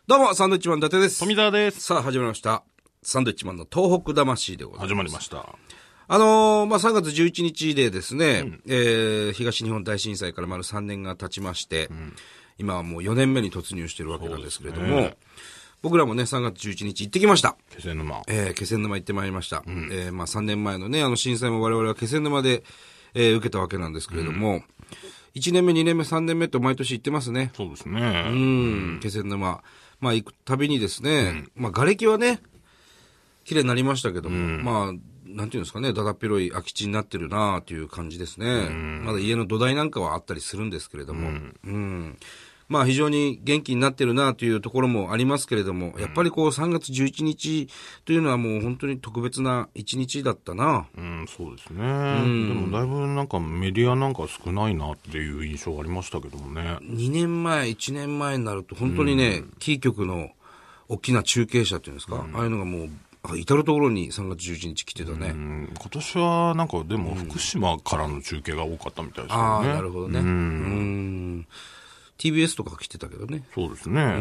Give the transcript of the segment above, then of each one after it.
どうも、サンドイッチマン伊達です。 富澤です。 さあ、始まりました。サンドイッチマンの東北魂でございます。 始まりました。 3月11日でですね、東日本大震災から丸3年が経ちまして、今はもう4年目に突入しているわけなんですけれども、僕らもね、3月11日行ってきました。 気仙沼。 気仙沼行ってまいりました。3年前のね、震災も我々は気仙沼で、受けたわけなんですけれども、1年目、2年目、3年目と毎年行ってますね。 そうですね。 気仙沼。行くたびにですね、瓦礫はね、綺麗になりましたけども、なんていうんですかね、だだっ広い空き地になってるなあという感じですね。まだ家の土台なんかはあったりするんですけれども、非常に元気になってるなというところもありますけれども、やっぱりこう3月11日というのはもう本当に特別な一日だったな。 そうですね。でもだいぶなんかメディアなんか少ないなっていう印象がありましたけどもね。 2年前、1年前になると本当にね、キー局の大きな中継車っていうんですか、ああいうのがもう、至るところに3月11日来てたね。 今年はなんかでも福島からの中継が多かったみたいですけどね。 ああ、なるほどね。TBS とか来てたけどね。 そうですね。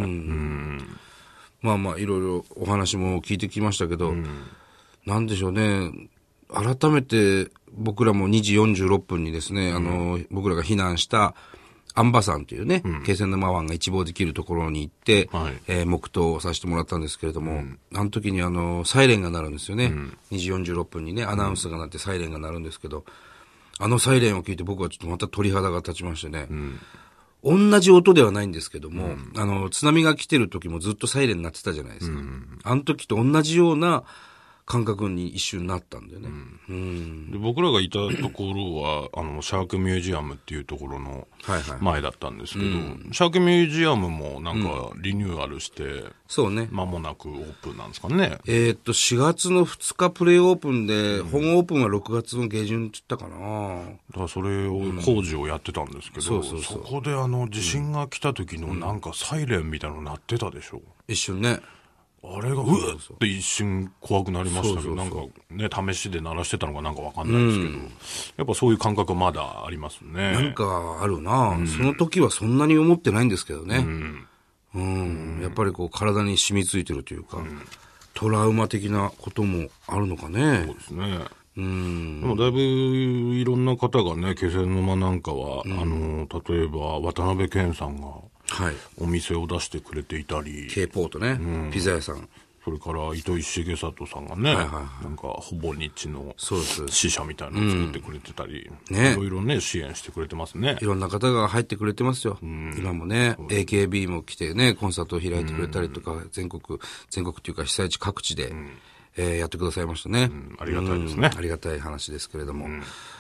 いろいろお話も聞いてきましたけど、なんでしょうね。改めて僕らも2時46分にですね、僕らが避難した安波山というね、気仙沼湾が一望できるところに行って、黙祷をさせてもらったんですけれども、あの時にサイレンが鳴るんですよね。2時46分にね、アナウンスが鳴ってサイレンが鳴るんですけど、あのサイレンを聞いて僕はちょっとまた鳥肌が立ちましてね、同じ音ではないんですけども、津波が来てる時もずっとサイレンになってたじゃないですか。あの時と同じような感覚に一瞬なったんだよね。 で僕らがいたところは、シャークミュージアムっていうところの前だったんですけど、シャークミュージアムもなんかリニューアルして、 そうね。 間もなくオープンなんですかね。 4月の2日プレイオープンで、本オープンは6月の下旬って言ったかな。 だからそれを、工事をやってたんですけど、そこで地震が来た時のなんかサイレンみたいなの鳴ってたでしょ。 一瞬ね。 あれがうわって一瞬怖くなりましたけど、なんかね、試しで鳴らしてたのかなんかわかんないですけど、やっぱそういう感覚まだありますね。 なんかあるな、その時はそんなに思ってないんですけどね。やっぱりこう体に染みついてるというか、トラウマ的なこともあるのかね。 そうですね。でもだいぶいろんな方がね、気仙沼なんかは、例えば渡辺謙さんがお店を出してくれていたり、 K ポートね、ピザ屋さん。 それから糸井重里さんがね、なんかほぼ日の支社みたいなのを作ってくれてたり、いろいろね、支援してくれてますね。 いろんな方が入ってくれてますよ。今もね、AKB も来てね、コンサートを開いてくれたりとか、全国っていうか被災地各地で、やってくださいましたね。 ありがたいですね。 ありがたい話ですけれども。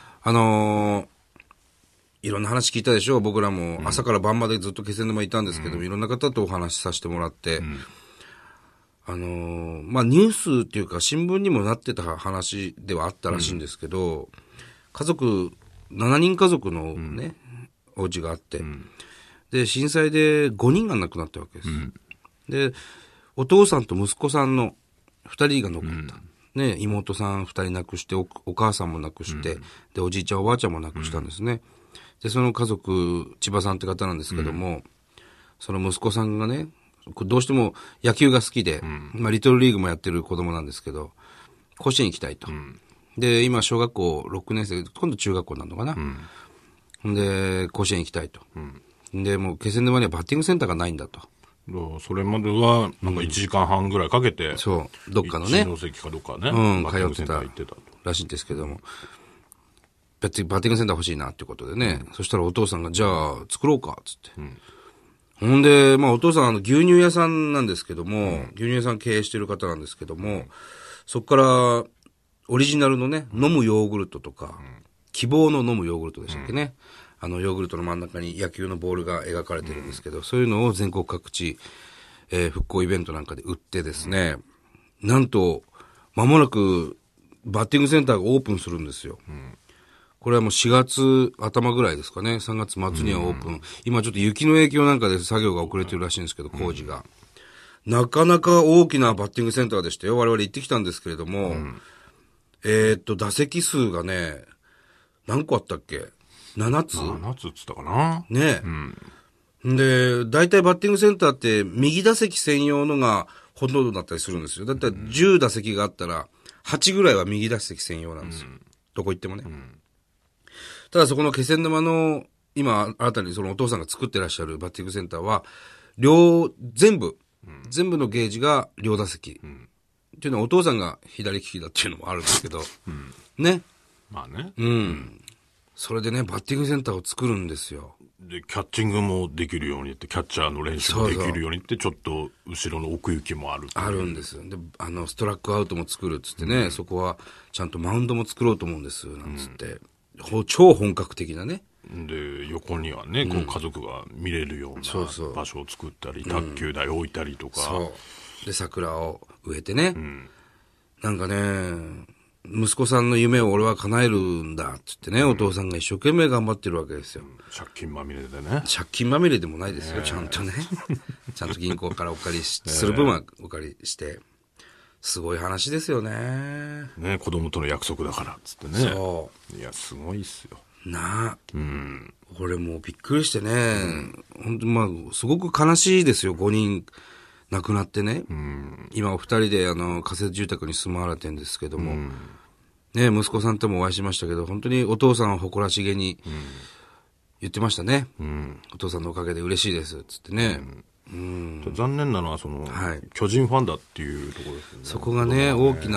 いろんな話聞いたでしょう。僕らも朝から晩までずっと気仙沼いたんですけども、いろんな方とお話しさせてもらって、ニュースっていうか新聞にもなってた話ではあったらしいんですけど、7人家族のね、お家があって、で、震災で5人が亡くなったわけです。で、お父さんと息子さんの2人が残った。ね、妹さん2人亡くして、お母さんも亡くして、で、おじいちゃんおばあちゃんも亡くしたんですね。で、その家族、千葉さんって方なんですけども、その息子さんがね、どうしても野球が好きで、リトルリーグもやってる子供なんですけど、甲子園行きたいと。で、今小学校6年生、今度中学校なのかな。で、甲子園行きたいと。で、もう気仙沼にはバッティングセンターがないんだと。 それまでは、なんか1時間半ぐらいかけて、 そう、どっかのね。 一関かどっかね、 通ってたらしいんですけども、バッティングセンター欲しいなっていうことでね、そしたらお父さんが、じゃあ作ろうか、つって。ほんで、お父さん牛乳屋さんなんですけども、牛乳屋さん経営してる方なんですけども、そこからオリジナルのね、飲むヨーグルトとか、希望の飲むヨーグルトでしたっけね。ヨーグルトの真ん中に野球のボールが描かれてるんですけど、そういうのを全国各地、復興イベントなんかで売ってですね、なんと、間もなくバッティングセンターがオープンするんですよ。これはもう4月頭ぐらいですかね。3月末にはオープン。今ちょっと雪の影響なんかで作業が遅れてるらしいんですけど、工事が。なかなか大きなバッティングセンターでしたよ。我々行ってきたんですけれども。打席数がね、何個あったっけ ?7 つ ?7 つって言ったかなねえ。 で、大体バッティングセンターって右打席専用のがほとんどだったりするんですよ。だったら10打席があったら8ぐらいは右打席専用なんですよ。どこ行ってもね。ただそこの気仙沼の今新たにそのお父さんが作ってらっしゃるバッティングセンターは全部のゲージが両打席。っていうのはお父さんが左利きだっていうのもあるんですけど。ね。 まあね。 それでね、バッティングセンターを作るんですよ。 で、キャッチングもできるようにって、キャッチャーの練習もできるようにって、ちょっと後ろの奥行きもある。 あるんですよ。で、ストラックアウトも作るっつってね、そこはちゃんとマウンドも作ろうと思うんです、なんつって。超本格的なね。 で、横にはね、こう家族が見れるような場所を作ったり、卓球台置いたりとか。 そう。で、桜を植えてね。なんかね、息子さんの夢を俺は叶えるんだって言ってね、お父さんが一生懸命頑張ってるわけですよ。 借金まみれでね。 借金まみれでもないですよ、ちゃんとね。ちゃんと銀行からお借りする分はお借りして。すごい話ですよね。 ね、子供との約束だからっつってね。そう。いや、すごいっすよ。 なあ。俺もうびっくりしてね。本当まあ、すごく悲しいですよ、5人亡くなってね。今お二人で仮設住宅に住まわれてるんですけども。ね、息子さんともお会いしましたけど、本当にお父さんは誇らしげに言ってましたね。お父さんのおかげで嬉しいです、つってね。 残念なのは、巨人ファンだっていうところですね。 そこがね、大き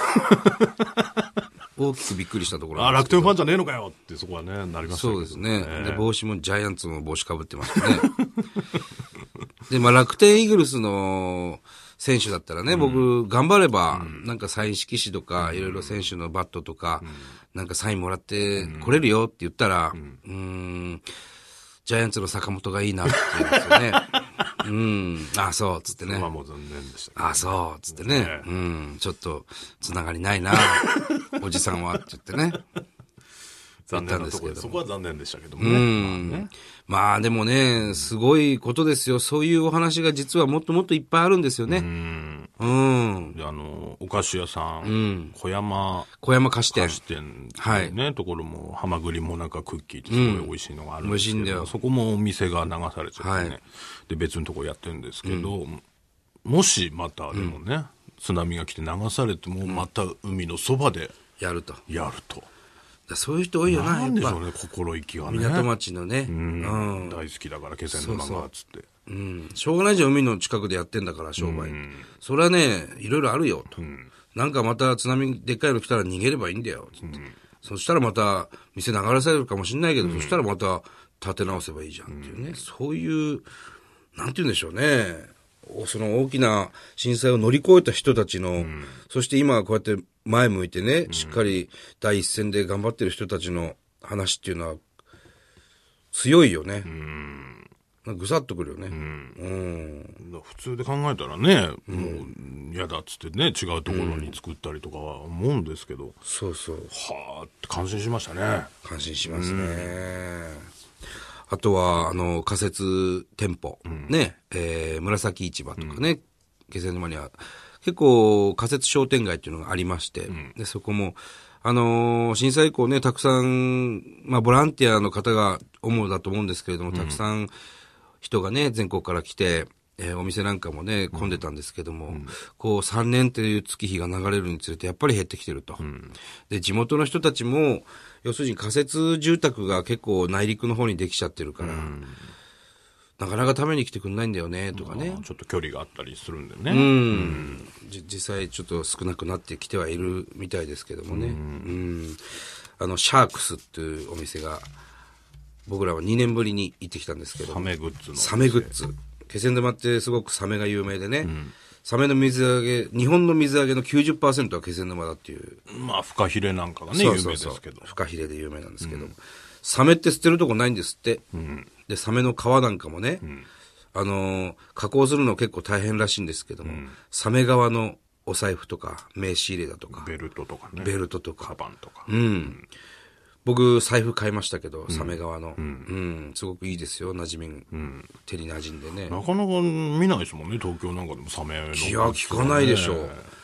くびっくりしたところなんですけど。楽天ファンじゃねえのかよってそこはね、なりましたね。 そうですね。で、帽子もジャイアンツの帽子かぶってましたね。で、まあ楽天イーグルスの選手だったらね、僕、頑張れば、なんかサイン色紙とか、いろいろ選手のバットとか、なんかサインもらって来れるよって言ったら、ジャイアンツの坂本がいいなって言うんですよね。あ、そう、つってね。 まあもう残念でした、 ね。あ、そう、つってね。ちょっと、つながりないな、おじさんは、って言ってね。 残念なところで、そこは残念でしたけどもね。 まあでもね、すごいことですよ。そういうお話が実はもっともっといっぱいあるんですよね。 で、お菓子屋さん、小山菓子店ね、ところも、はまぐりもなんかクッキーってすごい美味しいのがあるんですけど、美味しいんだよ。そこもお店が流されちゃってね。で、別のとこやってるんですけど、もしまたでもね、津波が来て流されても、また海のそばでやると。 そういう人多いよな、 なんでしょうね、心意気がね。 港町のね。 大好きだから、気仙沼が、つって。 しょうがないじゃん、海の近くでやってんだから、商売。それはね、いろいろあるよ、と。なんかまた津波でっかいの来たら逃げればいいんだよ、つって。そしたらまた、店流れされるかもしれないけど、そしたらまた立て直せばいいじゃん、っていうね。そういう、なんて言うんでしょうね。その大きな震災を乗り越えた人たちの、そして今こうやって前向いてね、しっかり第一線で頑張ってる人たちの話っていうのは強いよね。ぐさっとくるよね。 普通で考えたらね、もう嫌だっつってね、違うところに作ったりとかは思うんですけど。 そうそう。 はあって感心しましたね。 感心しますね。あとは、仮設店舗、ね、紫市場とかね、気仙沼には、結構仮設商店街っていうのがありまして、で、そこも、震災以降ね、たくさん、まあ、ボランティアの方が主だと思うんですけれども、たくさん人がね、全国から来て、お店なんかもね、混んでたんですけども、こう3年っていう月日が流れるにつれてやっぱり減ってきてると。で、地元の人たちも、要するに仮設住宅が結構内陸の方にできちゃってるから、なかなか食べに来てくんないんだよね、とかね。 ちょっと距離があったりするんでね。 実際ちょっと少なくなってきてはいるみたいですけどもね。シャークスっていうお店が、僕らは2年ぶりに行ってきたんですけど。 サメグッズの。 サメグッズ。気仙沼ってすごくサメが有名でね。サメの水揚げ、日本の水揚げの 90% は気仙沼だっていう。 まあ、フカヒレなんかがね、有名ですけど。 フカヒレで有名なんですけど。サメって捨てるとこないんですって。で、サメの皮なんかもね、加工するの結構大変らしいんですけども、サメ側のお財布とか、名刺入れだとか。 ベルトとかね。 ベルトとか。 カバンとか。 僕、財布買いましたけど、サメ側の。すごくいいですよ、馴染み。手に馴染んでね。 なかなか見ないですもんね、東京なんかでもサメの。 いや、聞かないでしょう。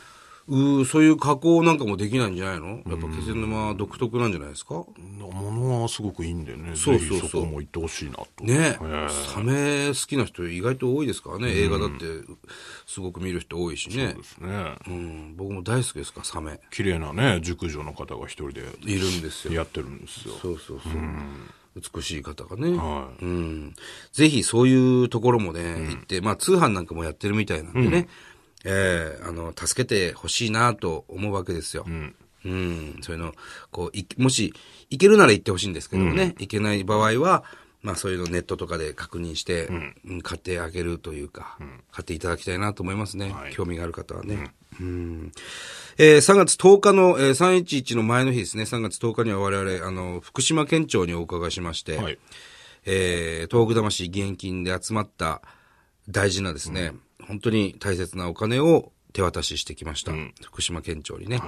そういう加工なんかもできないんじゃないの？やっぱ気仙沼独特なんじゃないですか？ ものはすごくいいんでね。そうそうそう。ぜひそこも行ってほしいなと。 ね。サメ好きな人意外と多いですからね。映画だってすごく見る人多いしね。 そうですね。 僕も大好きですから、サメ。 綺麗なね、熟女の方が一人でいるんですよ。 やってるんですよ。 そうそうそう。美しい方がね。ぜひそういうところもね、行って、まあ通販なんかもやってるみたいなんでね。助けてほしいなと思うわけですよ。そういうの、こう、もし、行けるなら行ってほしいんですけどもね、行けない場合は、まあそういうのネットとかで確認して、買ってあげるというか、買っていただきたいなと思いますね。興味がある方はね。3月10日の、311の前の日ですね、3月10日には我々、福島県庁にお伺いしまして、東北魂義援金で集まった大事なですね、本当に大切なお金を手渡ししてきました。福島県庁にね。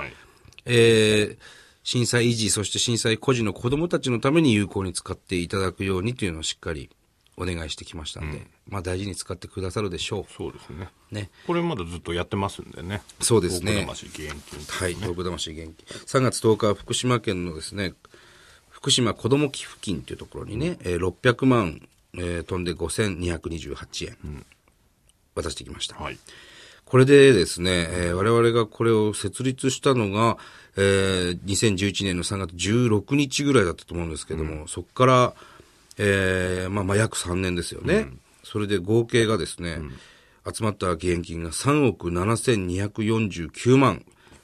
震災維持、そして震災孤児の子供たちのために有効に使っていただくようにというのをしっかりお願いしてきましたんで、まあ大事に使ってくださるでしょう。 そうですね。ね。これまだずっとやってますんでね。 そうですね。 東北魂義援金、ね。 はい、東北魂義援金。3月10日は福島県のですね、福島子ども寄付金というところにね、600万、飛んで5228円、渡してきました。これでですね、我々がこれを設立したのが、2011年の3月16日ぐらいだったと思うんですけども、そこから、まあ約3年ですよね。それで合計がですね、集まった義援金が3億7249万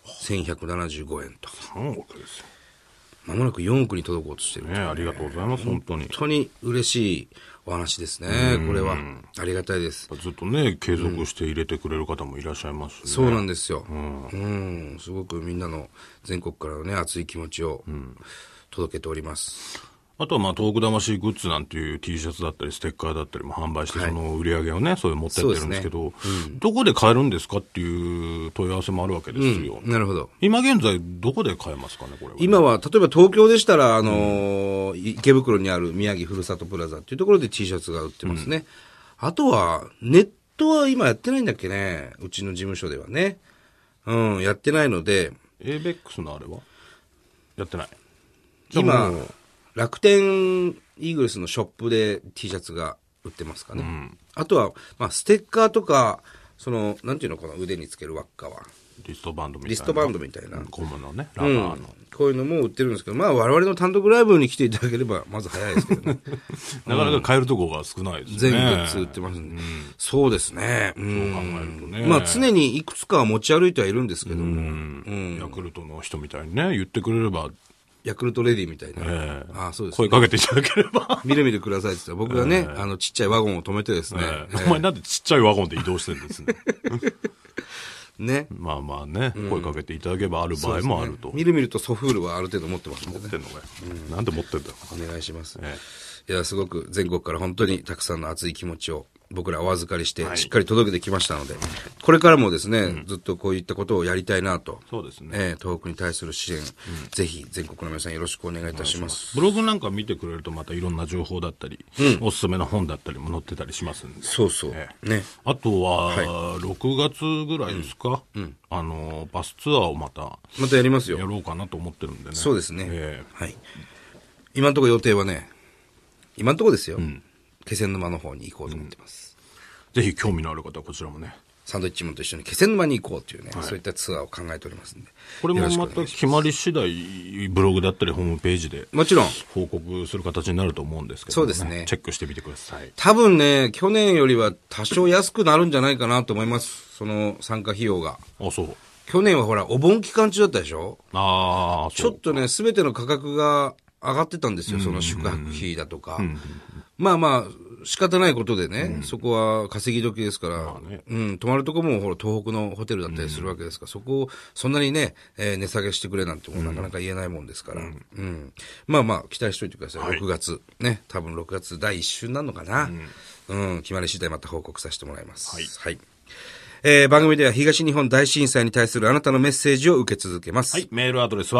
1175円と。 3億ですよ。 まもなく4億に届こうとしてる、 ね。ありがとうございます、本当に。 本当に嬉しいお話ですね、これは。ありがたいです。 ずっとね、継続して入れてくれる方もいらっしゃいますしね。 そうなんですよ。すごくみんなの全国からのね、熱い気持ちを届けております。 あとはまあ、東北魂グッズなんていう T シャツだったり、ステッカーだったりも販売して、その売り上げをね、そういう持ってってるんですけど、どこで買えるんですかっていう問い合わせもあるわけですよ。 なるほど。 今現在、どこで買えますかね、これは、ね。 今は、例えば東京でしたら、池袋にある宮城ふるさとプラザっていうところで T シャツが売ってますね。あとは、ネットは今やってないんだっけね。うちの事務所ではね。やってないので。 ABEX のあれはやってない。 今、楽天イーグルスのショップで T シャツが売ってますかね。あとは、まあ、ステッカーとか、なんていうの、この腕につける輪っかは。 リストバンドみたいな。 リストバンドみたいな。 ゴムのね、ラバーの、 こういうのも売ってるんですけど、まあ我々の単独ライブに来ていただければ、まず早いですけどね。 なかなか買えるところが少ないですね。 全グッズ売ってますんで。そうですね。 そう考えるとね。 まあ常にいくつかは持ち歩いてはいるんですけども。ヤクルトの人みたいにね、言ってくれれば。 ヤクルトレディみたいな。そうです、 声かけていただければ。 見るくださいって言ったら、僕がね、ちっちゃいワゴンを止めてですね。 お前なんでちっちゃいワゴンで移動してるんですね。 ね。 まあまあね、声かけていただければある場合もあると。 見るとソフールはある程度持ってますんでね。 持ってんのかよ。なんで持ってんだよ。 お願いします。いや、すごく全国から本当にたくさんの熱い気持ちを僕らお預かりして、しっかり届けてきましたので、これからもですね、ずっとこういったことをやりたいなと。 そうですね。 東北に対する支援、ぜひ全国の皆さんよろしくお願いいたします。 ブログなんか見てくれるとまたいろんな情報だったり、おすすめの本だったりも載ってたりしますんで。 そうそう。ね。 あとは、6月ぐらいですか、バスツアーをまたやりますよ。 やろうかなと思ってるんでね。 そうですね。はい。今のところ予定はね、今のところですよ。気仙沼の方に行こうと思ってます。 ぜひ興味のある方はこちらもね。 サンドイッチマンと一緒に気仙沼に行こうというね、そういったツアーを考えておりますんで。 これもまた決まり次第、ブログだったりホームページで。 もちろん。 報告する形になると思うんですけど、 そうですね。 チェックしてみてください。 多分ね、去年よりは多少安くなるんじゃないかなと思います。その参加費用が。 そう。 去年はほら、お盆期間中だったでしょ？ そう。 ちょっとね、すべての価格が上がってたんですよ、その宿泊費だとか。まあまあ、仕方ないことでね、そこは稼ぎ時ですから、泊まるとこもほら東北のホテルだったりするわけですから、そこをそんなにね、値下げしてくれなんてもなかなか言えないもんですから、まあまあ期待しといてください。6月ね、多分6月第1週になるのかな。決まり次第また報告させてもらいます。はい。番組では東日本大震災に対するあなたのメッセージを受け続けます。 はい。メールアドレス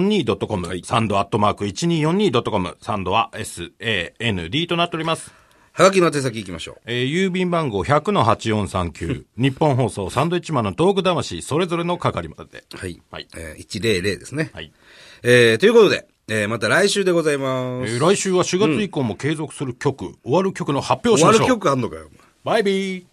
は、sand@1242.com。sand@1242.com。サンドは SAND となっております。 はがきの宛先行きましょう。 郵便番号 100-8439 日本放送サンドイッチマンのトーク魂それぞれの係まで。 はい。はい。100ですね。 はい。 ということで、また来週でございます。 来週は4月以降も継続する曲、終わる曲の発表をしましょう。 終わる曲あんのかよ。 バイビー。